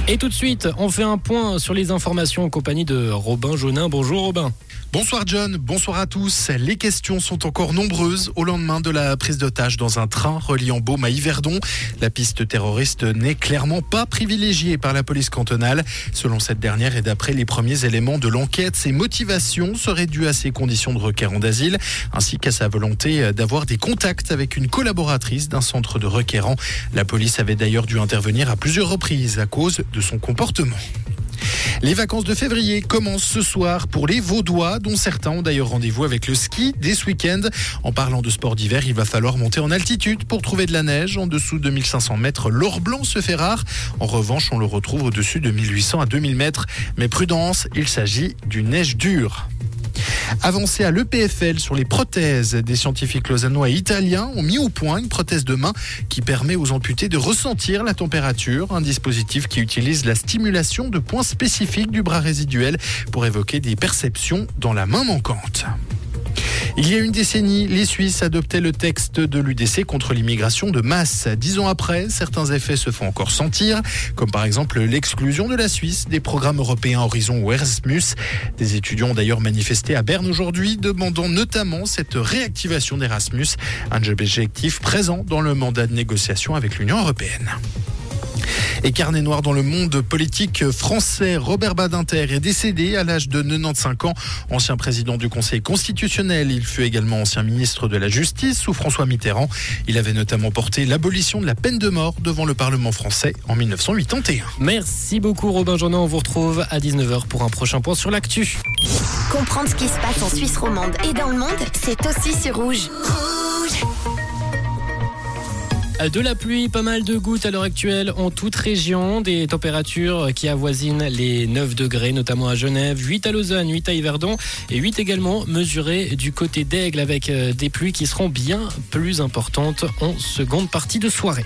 Et tout de suite, on fait un point sur les informations en compagnie de Robin Jaunin. Bonjour Robin. Bonsoir John, bonsoir à tous. Les questions sont encore nombreuses au lendemain de la prise d'otage dans un train reliant Beaume à Yverdon. La piste terroriste n'est clairement pas privilégiée par la police cantonale. Selon cette dernière et d'après les premiers éléments de l'enquête, ses motivations seraient dues à ses conditions de requérant d'asile, ainsi qu'à sa volonté d'avoir des contacts avec une collaboratrice d'un centre de requérants. La police avait d'ailleurs dû intervenir à plusieurs reprises à cause de son comportement. Les vacances de février commencent ce soir pour les Vaudois, dont certains ont d'ailleurs rendez-vous avec le ski dès ce week-end. En parlant de sport d'hiver, il va falloir monter en altitude pour trouver de la neige. En dessous de 1500 mètres, l'or blanc se fait rare. En revanche, on le retrouve au-dessus de 1800 à 2000 mètres. Mais prudence, il s'agit d'une neige dure. Avancé à l'EPFL sur les prothèses, des scientifiques lausannois et italiens ont mis au point une prothèse de main qui permet aux amputés de ressentir la température, un dispositif qui utilise la stimulation de points spécifiques du bras résiduel pour évoquer des perceptions dans la main manquante. Il y a une décennie, les Suisses adoptaient le texte de l'UDC contre l'immigration de masse. 10 ans après, certains effets se font encore sentir, comme par exemple l'exclusion de la Suisse des programmes européens Horizon ou Erasmus. Des étudiants ont d'ailleurs manifesté à Berne aujourd'hui, demandant notamment cette réactivation d'Erasmus, un objectif présent dans le mandat de négociation avec l'Union européenne. Et carnet noir dans le monde politique français, Robert Badinter est décédé à l'âge de 95 ans. Ancien président du Conseil constitutionnel, il fut également ancien ministre de la Justice sous François Mitterrand. Il avait notamment porté l'abolition de la peine de mort devant le Parlement français en 1981. Merci beaucoup Robin Jaunin, on vous retrouve à 19h pour un prochain point sur l'actu. Comprendre ce qui se passe en Suisse romande et dans le monde, c'est aussi sur Rouge. De la pluie, pas mal de gouttes à l'heure actuelle en toute région, des températures qui avoisinent les 9 degrés, notamment à Genève, 8 à Lausanne, 8 à Yverdon et 8 également mesurées du côté d'Aigle avec des pluies qui seront bien plus importantes en seconde partie de soirée.